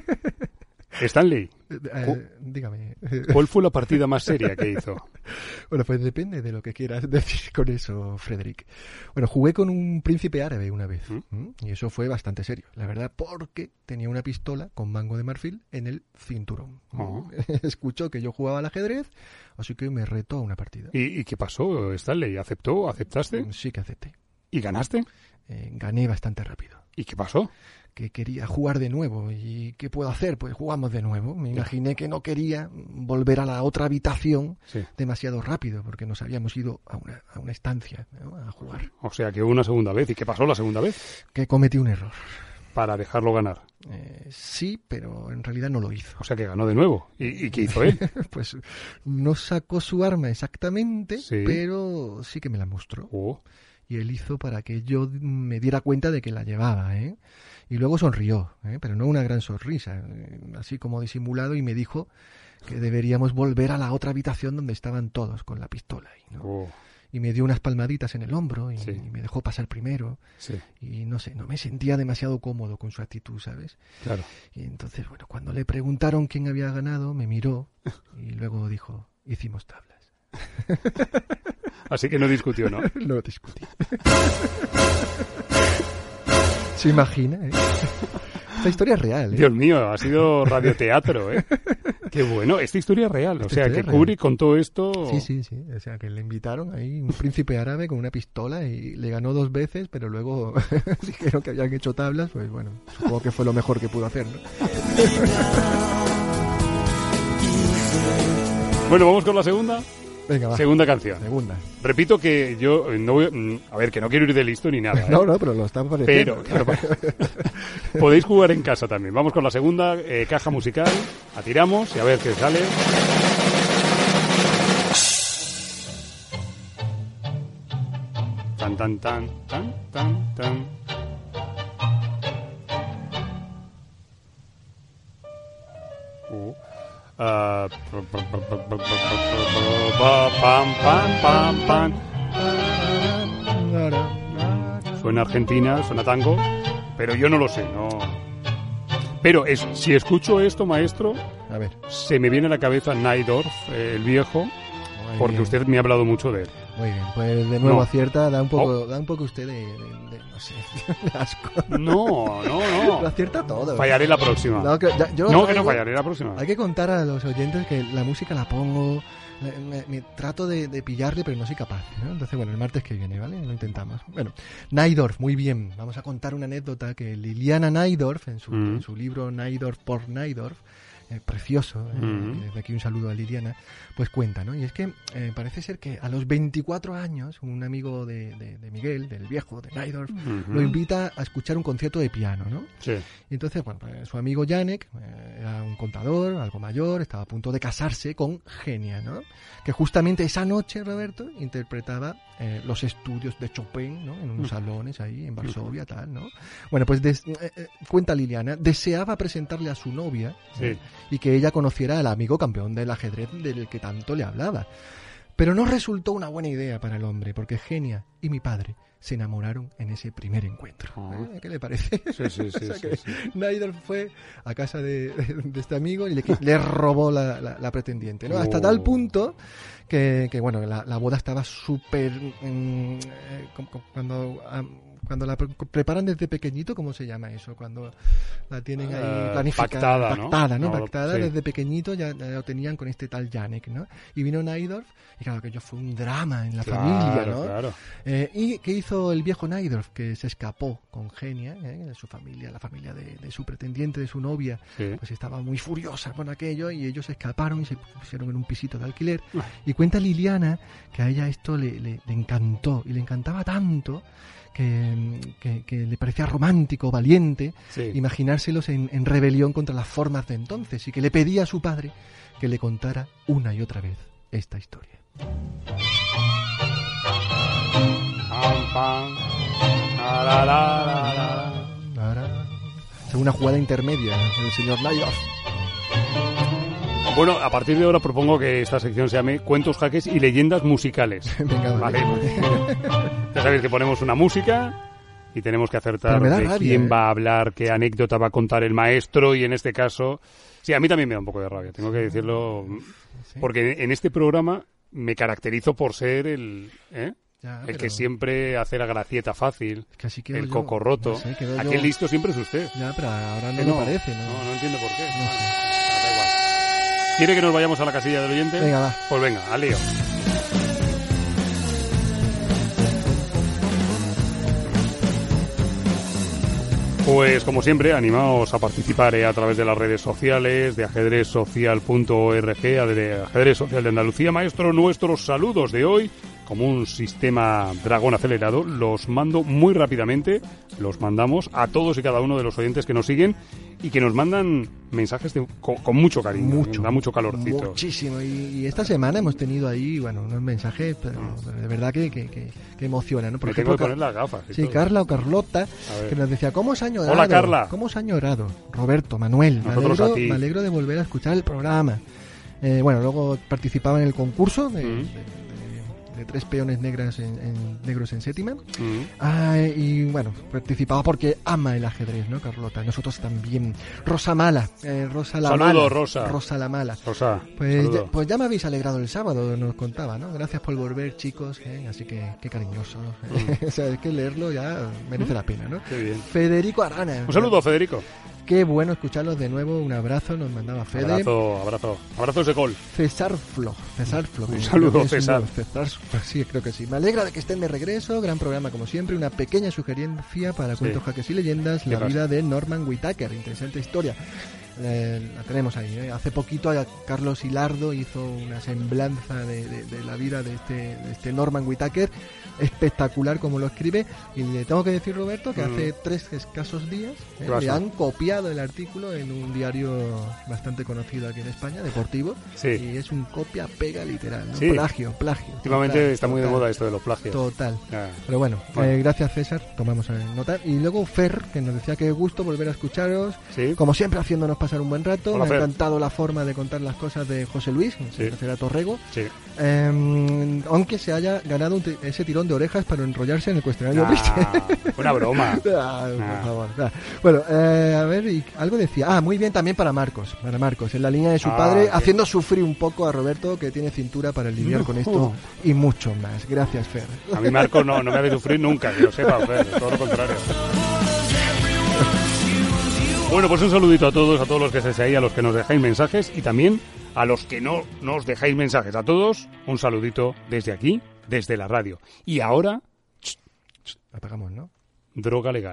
Stanley, Eh, dígame. ¿cuál fue la partida más seria que hizo? Bueno, pues depende de lo que quieras decir con eso, Frederick. Bueno, jugué con un príncipe árabe una vez. ¿Mm? ¿m? Y eso fue bastante serio, la verdad, porque tenía una pistola con mango de marfil en el cinturón. Oh. Escuchó que yo jugaba al ajedrez, así que me retó a una partida. ¿Y, y qué pasó, Stanley? ¿Aceptó? ¿Aceptaste? Sí que acepté. ¿Y ganaste? Eh, gané bastante rápido. ¿Y qué pasó? Que quería jugar de nuevo. ¿Y qué puedo hacer? Pues jugamos de nuevo. Me imaginé que no quería volver a la otra habitación Sí. demasiado rápido, porque nos habíamos ido a una, a una estancia, ¿no? A jugar. O sea, que una segunda vez. ¿Y qué pasó la segunda vez? Que cometí un error. Para dejarlo ganar. Eh, sí, pero en realidad no lo hizo. O sea, que ganó de nuevo. ¿Y, y qué hizo él? Pues no sacó su arma exactamente, Sí. pero sí que me la mostró. Oh, Y él hizo para que yo me diera cuenta de que la llevaba, ¿eh? Y luego sonrió, ¿eh? Pero no una gran sonrisa, eh, así como disimulado, y me dijo que deberíamos volver a la otra habitación donde estaban todos con la pistola ahí, ¿no? oh. y me dio unas palmaditas en el hombro y, Sí. y me dejó pasar primero. Sí, Y no sé, no me sentía demasiado cómodo con su actitud, ¿sabes? claro. Y entonces, bueno, cuando le preguntaron quién había ganado, me miró y luego dijo, hicimos tablas. Así que no discutió, ¿no? Lo discutí. ¿Se imagina, eh? Esta historia es real, ¿eh? Dios mío, ha sido radioteatro, ¿eh? Qué bueno, esta historia es real. O Esta sea, historia que es real. Kubrick contó esto... Sí, sí, sí. O sea, que le invitaron ahí un príncipe árabe con una pistola y le ganó dos veces, pero luego dijeron que habían hecho tablas, pues bueno, supongo que fue lo mejor que pudo hacer, ¿no? Bueno, vamos con la segunda. Venga, va. Segunda canción. Segunda. Repito que yo eh, no voy... mm, A ver, que no quiero ir de listo ni nada, ¿eh? No, no, pero lo está Pero, pareciendo. claro, podéis jugar en casa también. Vamos con la segunda eh, caja musical. La tiramos y a ver qué sale. Tan, tan, tan, tan, tan, tan. Uh. Ah, pa- pa- pa- pa- pa- pa- pa- pam, pam, pam, pam. Suena Argentina, suena tango, pero yo no lo sé, no. Pero es, si escucho esto, maestro, A ver. se me viene a la cabeza Najdorf, eh, el viejo, Muy porque bien. usted me ha hablado mucho de él. Muy bien, pues de nuevo No. acierta, da un poco, Oh. da un poco usted de, de- de- no sé, de asco. No, no, Lo no. acierta todo. Fallaré la próxima. No, que, ya- yo lo No, que no traigo- fallaré la próxima. Hay que contar a los oyentes que la música la pongo, me, me- me trato de, de pillarle, pero no soy capaz, ¿no? Entonces, bueno, el martes que viene, ¿vale? Lo intentamos. Bueno, Najdorf, muy bien. Vamos a contar una anécdota que Liliana Najdorf, en su, Mm. en su libro Najdorf por Najdorf, eh, precioso, eh, Mm. desde aquí un saludo a Liliana, pues cuenta, ¿no? Y es que eh, parece ser que a los veinticuatro años, un amigo de, de- de Miguel, del viejo, de Najdorf, Ujú. lo invita a escuchar un concierto de piano, ¿no? Sí. Y entonces, bueno, pues, su amigo Janek eh, era un contador, algo mayor, estaba a punto de casarse con Genia, ¿no? Que justamente esa noche, Roberto, interpretaba eh, los estudios de Chopin, ¿no? En unos salones ahí, en Varsovia, tal, ¿no? Bueno, pues des- eh, eh, cuenta Liliana, deseaba presentarle a su novia Sí. eh, y que ella conociera al amigo campeón del ajedrez del que tanto le hablaba. Pero no resultó una buena idea para el hombre, porque Genia y mi padre se enamoraron en ese primer encuentro. Ah. ¿Eh? ¿Qué le parece? Sí, sí, sí, O sea sí, que sí. Najdorf fue a casa de, de- de este amigo y le, le robó la, la- la pretendiente, ¿no? Hasta Oh. tal punto que, que, bueno, la, la boda estaba súper... mm, eh, com- com- cuando... am, cuando la pre- preparan desde pequeñito, ¿cómo se llama eso? Cuando la tienen ahí Eh, planificada. pactada, ¿no? Pactada, ¿no? No, Pactada sí. desde pequeñito, ya, ya lo tenían con este tal Janek, ¿no? Y vino Najdorf, y claro, que ello fue un drama en la Claro, familia, ¿no? claro. Eh, ¿Y qué hizo el viejo Najdorf? Que se escapó con Genia, ¿eh? De su familia, la familia de, de su pretendiente, de su novia, Sí. pues estaba muy furiosa con aquello y ellos se escaparon y se pusieron en un pisito de alquiler. Y cuenta Liliana que a ella esto le, le- le encantó y le encantaba tanto que, que- que le parecía romántico, valiente, Sí. imaginárselos en, en rebelión contra las formas de entonces y que le pedía a su padre que le contara una y otra vez esta historia. Pam, pam. La, la, la, la, la. Ahora, según una jugada intermedia del señor Najdorf. Bueno, a partir de ahora propongo que esta sección se llame Cuentos, Jaques y Leyendas Musicales. Venga, Vale. Ya sabéis que ponemos una música y tenemos que acertar Pero me da de rabia, quién ¿eh? va a hablar, qué anécdota va a contar el maestro y en este caso... Sí, a mí también me da un poco de rabia, tengo que decirlo, Sí. porque en este programa me caracterizo por ser el... ¿eh? Ya, El pero que siempre hace la gracieta fácil, es que así quedo el yo. coco roto. No sé, quedo Aquí yo- el listo siempre es usted. Ya, pero ahora no Que me parece, ¿no? No, no entiendo por qué. No sé. Da igual. ¿Quiere que nos vayamos a la casilla del oyente? Venga, va. Pues venga, al lío. Pues como siempre, animaos a participar eh, a través de las redes sociales, de ajedrez social punto org, de Ajedrez Social de Andalucía. Maestro, nuestros saludos de hoy, como un sistema dragón acelerado, los mando muy rápidamente, los mandamos a todos y cada uno de los oyentes que nos siguen y que nos mandan mensajes de- con, con mucho cariño, Mucho. da mucho calorcito. Muchísimo. Y, y esta semana hemos tenido ahí, bueno, unos mensajes, pero, pero de verdad que, que, que, que emocionan, ¿no? Por Me tengo que ejemplo, poner las gafas. y sí, todo. Carla o Carlota, A ver. que nos decía, ¿cómo os ha añorado? Hola, Carla. ¿Cómo os ha añorado? Roberto, Manuel, me Nosotros alegro, a ti. me alegro de volver a escuchar el programa. Eh, bueno, luego participaba en el concurso de, Mm. de- de- de tres peones negras en, en, negros en séptima. Mm. Ah, y bueno, participaba porque ama el ajedrez, ¿no, Carlota? Nosotros también. Rosa Mala, eh, Rosa la Saludo, Mala. Rosa. Rosa la Mala. Rosa, Pues saludo. ya, pues ya me habéis alegrado el sábado, nos contaba, ¿no? Gracias por volver, chicos, ¿eh? Así que qué cariñoso. Mm. O sea, es que leerlo ya merece la pena, ¿no? Qué bien. Federico Arana. Un saludo, Federico. Qué bueno escucharlos de nuevo. Un abrazo, nos mandaba Fede. Abrazo, abrazo. Abrazos de gol. César Flo. César Flo. Un creo saludo, que es César. un- César. Pues sí, creo que sí. Me alegra de que estén de regreso. Gran programa, como siempre. Una pequeña sugerencia para Sí. cuentos, jaques y leyendas. ¿Qué La pasa? vida de Norman Whitaker. Interesante historia. Eh, la tenemos ahí. ¿eh? Hace poquito a Carlos Hilardo hizo una semblanza de, de- de la vida de este, de este Norman Whitaker. Espectacular como lo escribe. Y le tengo que decir, Roberto, que Mm. hace tres escasos días eh, ¿Qué pasa? le han copiado el artículo en un diario bastante conocido aquí en España, deportivo. Sí. Y es un copia-pega literal, ¿no? Sí. Plagio, plagio. Últimamente total, está muy de total, moda esto de los plagios. Total. Ah. Pero bueno, Bueno. eh, gracias César, tomamos eh, nota. Y luego Fer, que nos decía que gusto volver a escucharos, Sí. como siempre haciéndonos pasar un buen rato. Hola, Me ha Fer. encantado la forma de contar las cosas de José Luis, Sí. será Torrego. Sí. Eh, aunque se haya ganado un ti- ese tirón de orejas para enrollarse en el cuestionario. Ah, una broma. Ah, por Ah. favor. Ah. Bueno, eh, a ver, y algo decía. Ah, muy bien también para Marcos. Para Marcos, en la línea de su Ah, padre, sí. haciendo sufrir un poco a Roberto, que tiene cintura para lidiar No. con esto y mucho más. Gracias, Fer. A mí Marco no, no me hace sufrir nunca, que lo sepa, Fer, todo lo contrario. Bueno, pues un saludito a todos, a todos los que estéis ahí, a los que nos dejáis mensajes y también a los que no nos dejáis mensajes. A todos, un saludito desde aquí, desde la radio. Y ahora, Apagamos, ¿no? droga legal.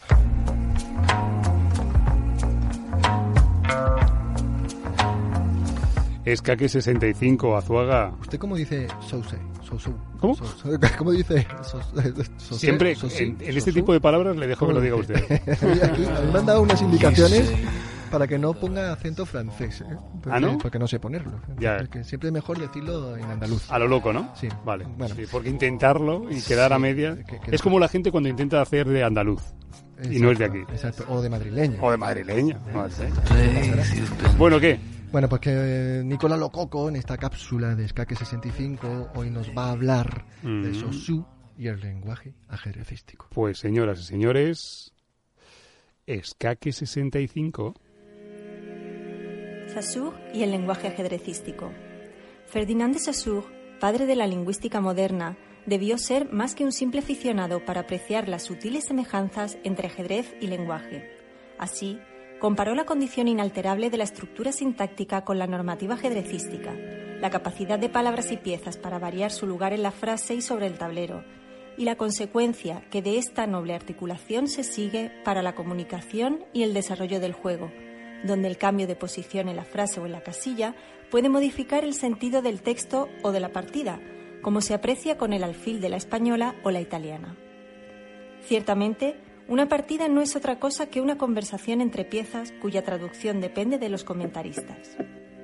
Escaque sesenta y cinco, Azuaga. ¿Usted cómo dice Souse? Sousou. ¿Cómo? Sou- ¿Cómo dice? Sos- Sose- Siempre, Sosi- en, en este Sosú? tipo de palabras, le dejo que lo diga usted. Aquí, a mí me han dado unas indicaciones para que no ponga acento francés. ¿eh? Porque, ¿Ah, no? Porque no sé ponerlo. Ya. Porque siempre es mejor decirlo en andaluz. A lo loco, ¿no? Sí. Vale. Bueno. Sí, porque intentarlo y quedar a Sí, media que- que- es como la gente cuando intenta hacer de andaluz y no es de aquí. Exacto, o de madrileño. O de madrileño. No sé. Place you've been. Bueno, ¿qué? Bueno, pues que eh, Nicolás Lococo, en esta cápsula de Escaque sesenta y cinco, hoy nos va a hablar de Mm. Sosú y el lenguaje ajedrecístico. Pues señoras y señores, Escaque sesenta y cinco. Saussure y el lenguaje ajedrecístico. Ferdinand de Saussure, padre de la lingüística moderna, debió ser más que un simple aficionado para apreciar las sutiles semejanzas entre ajedrez y lenguaje. Así, comparó la condición inalterable de la estructura sintáctica con la normativa ajedrecística, la capacidad de palabras y piezas para variar su lugar en la frase y sobre el tablero, y la consecuencia que de esta noble articulación se sigue para la comunicación y el desarrollo del juego, donde el cambio de posición en la frase o en la casilla puede modificar el sentido del texto o de la partida, como se aprecia con el alfil de la española o la italiana. Ciertamente, una partida no es otra cosa que una conversación entre piezas cuya traducción depende de los comentaristas.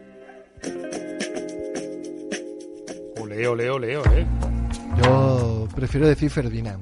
Ole, ole, ole, ole. Yo prefiero decir Ferdinand.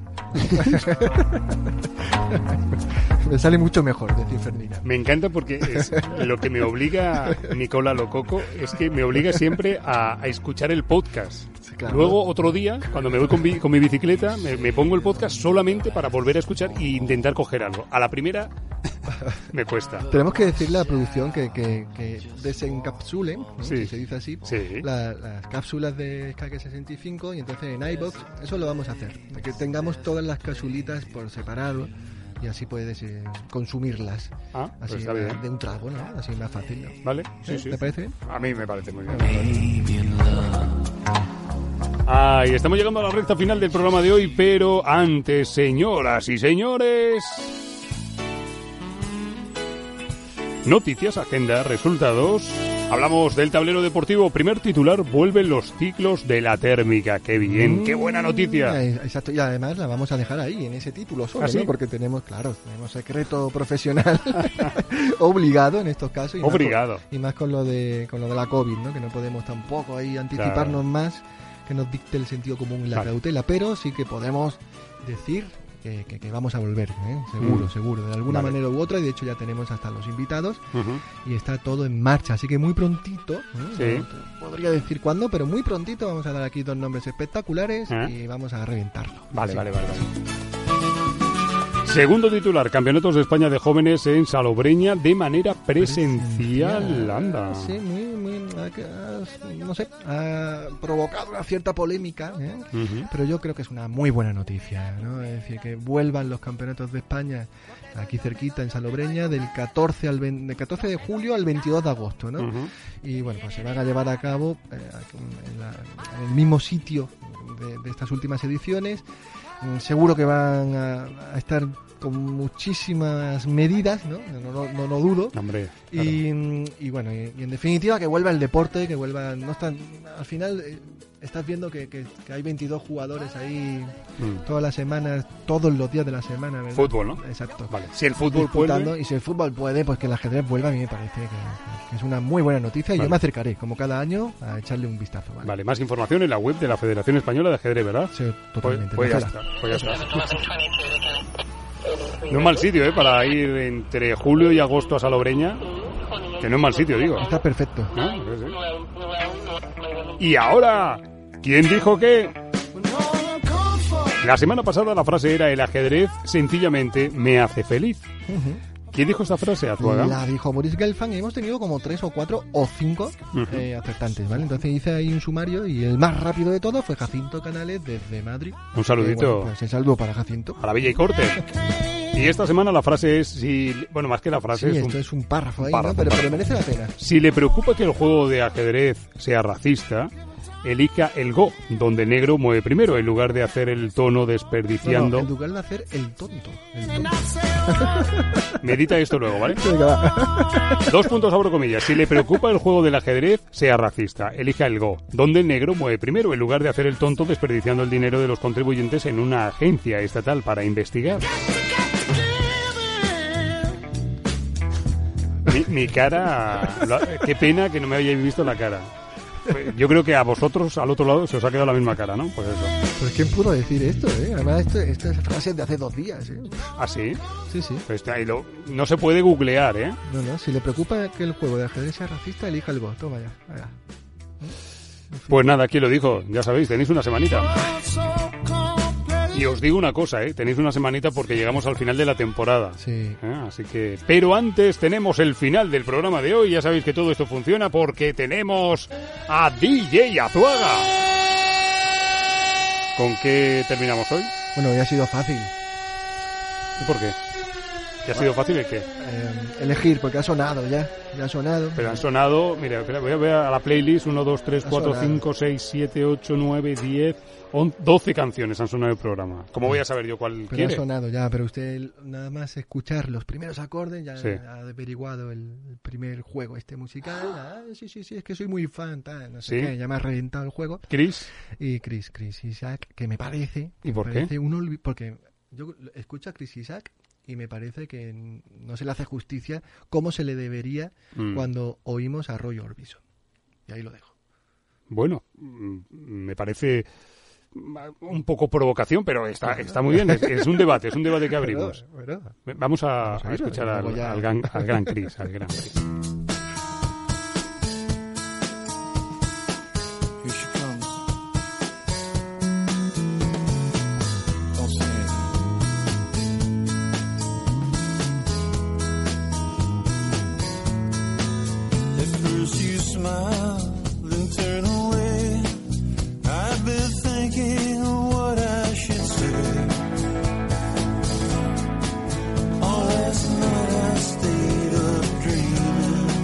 Me sale mucho mejor decir Ferdinand. Me encanta porque es lo que me obliga Nicola Lococo es que me obliga siempre a, a escuchar el podcast. Sí, claro. Luego, otro día, cuando me voy con, bi- con mi bicicleta, me, me pongo el podcast solamente para volver a escuchar e intentar coger algo. A la primera me cuesta. Tenemos que decirle a la producción que, que, que desencapsulen, ¿no? Sí. Si se dice así, Sí. la- las cápsulas de Escaque sesenta y cinco, y entonces en iVoox eso lo vamos a hacer, de que tengamos todas las capsulitas por separado y así puedes eh, consumirlas Ah, pues así está de, bien. de un trago, ¿no? Así más fácil, ¿no? ¿Vale? Sí, ¿Eh? sí. ¿Te parece bien? A mí me parece muy bien. Baby in love. Ah, y estamos llegando a la recta final del programa de hoy, pero antes, señoras y señores... Noticias, agenda, resultados... Hablamos del tablero deportivo. Primer titular, vuelven los ciclos de la térmica. ¡Qué bien! ¡Qué buena noticia! Eh, Exacto, y además la vamos a dejar ahí, en ese título solo, ¿Ah, sí? ¿no? Porque tenemos, claro, tenemos secreto profesional obligado en estos casos. Y más Obligado. con- y más con lo de con lo de la COVID, ¿no? Que no podemos tampoco ahí anticiparnos Claro. más, que nos dicte el sentido común y la Claro. cautela, pero sí que podemos decir que, que, que vamos a volver, ¿eh? seguro, Mm. seguro, de alguna Vale. manera u otra, y de hecho ya tenemos hasta los invitados Uh-huh. y está todo en marcha, así que muy prontito, ¿eh? Sí. No te podría decir cuándo, pero muy prontito vamos a dar aquí dos nombres espectaculares ¿Eh? y vamos a reventarlo. Vale, Sí. vale, vale, vale. Segundo titular, Campeonatos de España de Jóvenes en Salobreña de manera presencial. Anda. Sí, muy, muy, ha- no sé, ha provocado una cierta polémica, ¿eh? Ujú. Pero yo creo que es una muy buena noticia, ¿no? Es decir, que vuelvan los campeonatos de España aquí cerquita en Salobreña del catorce al veinte, del catorce de julio al veintidós de agosto, ¿no? Ujú. Y bueno, pues se van a llevar a cabo eh, en, la- en el mismo sitio de, de estas últimas ediciones. Mm, Seguro que van a, a estar con muchísimas medidas, ¿no? No, no, no, no dudo. Hombre, claro. Y, mm, y bueno, y, y en definitiva que vuelva el deporte, que vuelva, no están, al final eh, estás viendo que, que, que hay veintidós jugadores ahí Mm. todas las semanas, todos los días de la semana, ¿verdad? Fútbol, ¿no? Exacto. Vale. Si el fútbol Disputando, puede, y si el fútbol puede, pues que el ajedrez vuelva, a mí me parece que, que es una muy buena noticia y Vale. yo me acercaré, como cada año, a echarle un vistazo. Vale, vale, más información en la web de la Federación Española de Ajedrez, ¿verdad? Sí, Pues, totalmente. pues ya Marcela. está, pues ya está. No es mal sitio, ¿eh? Para ir entre julio y agosto a Salobreña. Que no es mal sitio, digo. Está perfecto. ¿No? Sí, sí. Y ahora, ¿quién dijo qué? La semana pasada la frase era: el ajedrez sencillamente me hace feliz. Ujú. ¿Quién dijo esta frase, Azuaga? La dijo Boris Gelfand y hemos tenido como tres o cuatro o cinco Ujú. eh, acertantes, ¿vale? Entonces hice ahí un sumario y el más rápido de todos fue Jacinto Canales desde Madrid. Un saludito. Eh, bueno, pues el saludo para Jacinto. A la Bella y Corte. Y esta semana la frase es, si, bueno, más que la Sí, frase es un- esto es un párrafo ahí, párrafo, ¿no? Pero, párrafo. pero merece la pena. si le preocupa que el juego de ajedrez sea racista, elija el Go, donde negro mueve primero, en lugar de hacer el tono No, desperdiciando. no, en lugar de hacer el tonto. El tonto. Medita esto luego, ¿vale? Venga, va. Dos puntos, abro comillas. Si le preocupa el juego del ajedrez, sea racista. Elija el Go, donde el negro mueve primero, en lugar de hacer el tonto desperdiciando el dinero de los contribuyentes en una agencia estatal para investigar. Mi, mi cara... lo- qué pena que no me hayáis visto la cara. Yo creo que a vosotros, al otro lado, se os ha quedado la misma cara, ¿no? Pues eso. Pues ¿quién pudo decir esto, eh? Además, esto, esto es frase de hace dos días, eh. ¿Ah, sí? Sí, sí. Pues está ahí lo- no se puede googlear, ¿eh? No, no, si le preocupa que el juego de ajedrez sea racista, elija el Go. Toma ya. Venga. Pues nada, aquí lo dijo, ya sabéis, tenéis una semanita. Y os digo una cosa, ¿eh? Tenéis una semanita porque llegamos al final de la temporada. Sí. ¿Eh? Así que... Pero antes tenemos el final del programa de hoy. Ya sabéis que todo esto funciona porque tenemos a D J Azuaga. ¿Con qué terminamos hoy? Bueno, ya ha sido fácil ¿Y por qué? ¿Qué ha sido fácil el qué? eh, elegir, porque ha sonado ya. Ya ha sonado. Pero han sonado, mira, espera, voy a ver a la playlist, uno, dos, tres, Ha cuatro, sonado. cinco, seis, siete, ocho, nueve, diez, doce canciones han sonado en el programa. ¿Cómo voy a saber yo cuál Pero quiere? ha sonado ya, pero usted nada más escuchar los primeros acordes ya Sí. ha averiguado el, el primer juego este musical. Ah, sí, sí, sí, es que soy muy fan, tal, no sé ¿Sí? qué, ya me ha reventado el juego. Chris, Y Chris, Chris Isaac, que me parece... ¿Y por me qué? parece un olvi- porque yo escucho a Chris Isaac y me parece que no se le hace justicia cómo se le debería Mm. cuando oímos a Roy Orbison. Y ahí lo dejo. bueno, mm, me parece un poco provocación, pero está, está muy bien. Es, es un debate, es un debate que abrimos. Pero, pero, Vamos a, Vamos a a verlo, escuchar y al, luego ya- al gran, al gran Chris, al gran Chris. Here she comes. Don't say it. At first you smile, then turn away. I've been thinking of what I should say. All last night I stayed up dreaming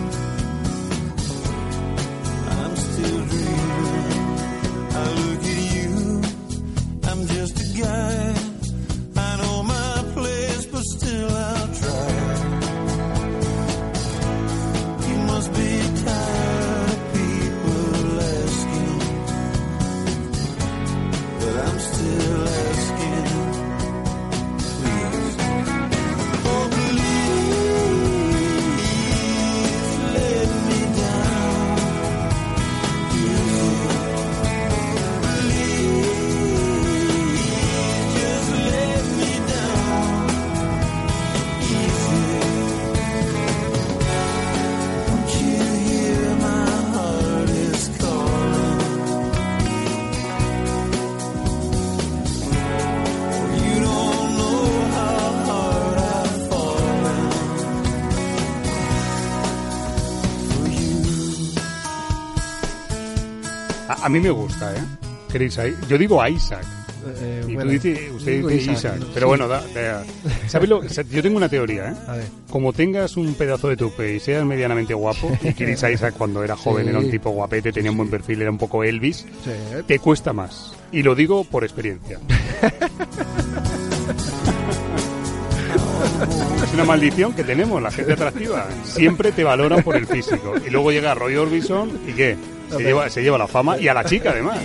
A mí me gusta, ¿eh? Chris, yo digo Isaac. Eh, Y bueno, tú dices, usted digo dice Isaac, Isaac, sí. pero bueno, da, da- ¿sabes lo? Yo tengo una teoría, ¿eh? A ver. Como tengas un pedazo de tupe y seas medianamente guapo, y Chris Isaac cuando era joven Sí. era un tipo guapete, tenía un buen perfil, era un poco Elvis, Sí. te cuesta más. Y lo digo por experiencia. Es una maldición que tenemos, la gente atractiva. Siempre te valoran por el físico. Y luego llega Roy Orbison y ¿qué? Se Ok. lleva, se lleva la fama y a la chica además.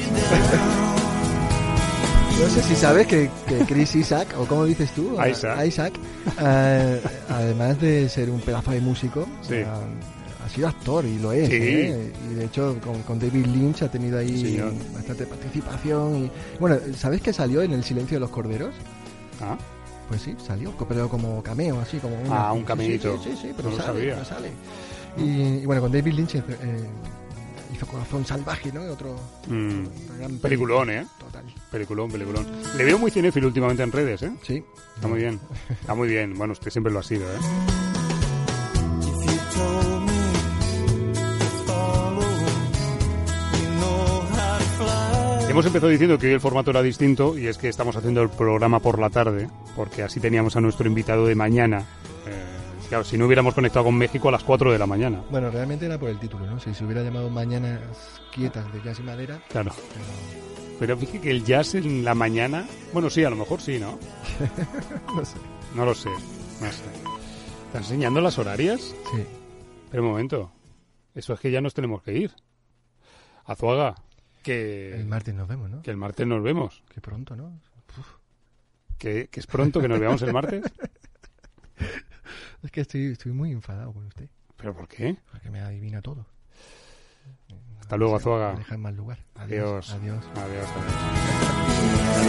No sé si sabes que, que Chris Isaac, o como dices tú, Isaac. Isaac eh, además de ser un pedazo de músico, Sí. eh, ha sido actor y lo es. Sí. ¿eh? Y de hecho con, con David Lynch ha tenido ahí Señor. bastante participación. Y, bueno, ¿sabes que salió en El silencio de los corderos? Ah, Pues sí, salió, pero como cameo, así como una- Ah, un sí, cameíto. Sí, sí, sí, sí, pero No lo sale, sabía. pero sale. Y, y bueno, con David Lynch eh, hizo Corazón Salvaje, ¿no? Otro, mm, otra gran peliculón, ¿eh? Total. Peliculón, peliculón. Le veo muy cinéfilo últimamente en redes, ¿eh? Sí. Está muy bien. Está muy bien. Bueno, usted siempre lo ha sido, ¿eh? If you told me to follow, you know how to fly. Hemos empezado diciendo que hoy el formato era distinto y es que estamos haciendo el programa por la tarde, porque así teníamos a nuestro invitado de mañana. Eh, claro, si no hubiéramos conectado con México a las cuatro de la mañana. Bueno, realmente era por el título, ¿no? Si se hubiera llamado Mañanas Quietas de Jazz y Madera, Claro. pero Pero fíjate que el jazz en la mañana... Bueno, sí, a lo mejor sí, ¿no? no sé. No lo sé. No sé. ¿Estás enseñando las horarias? Sí. Pero un momento. Eso es que ya nos tenemos que ir. Azuaga, que... El martes nos vemos, ¿no? Que el martes nos vemos. Qué pronto, ¿no? Uf. Que, que es pronto que nos veamos el martes. Es que estoy, estoy muy enfadado con usted, ¿Pero por qué? porque me adivina todo. Hasta luego, No sé, Azuaga. me deja en mal lugar. Adiós. Adiós. Adiós. Adiós.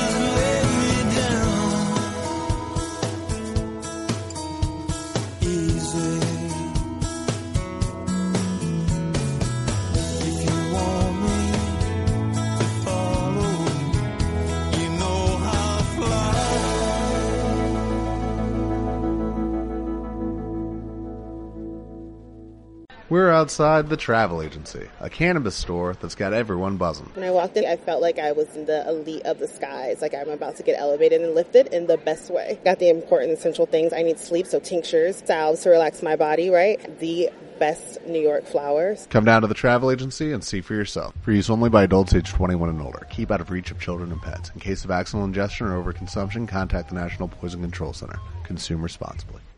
Easy. If you want me to follow, you know how to fly. We're outside the Travel Agency, a cannabis store that's got everyone buzzing. When I walked in, I felt like I was in the elite of the skies, like I'm about to get elevated and lifted in the best way. Got the important essential things. I need sleep, so tinctures, salves to relax my body, right? The best New York flowers. Come down to the Travel Agency and see for yourself. For use only by adults age twenty-one and older. Keep out of reach of children and pets. In case of accidental ingestion or overconsumption, contact the National Poison Control Center. Consume responsibly.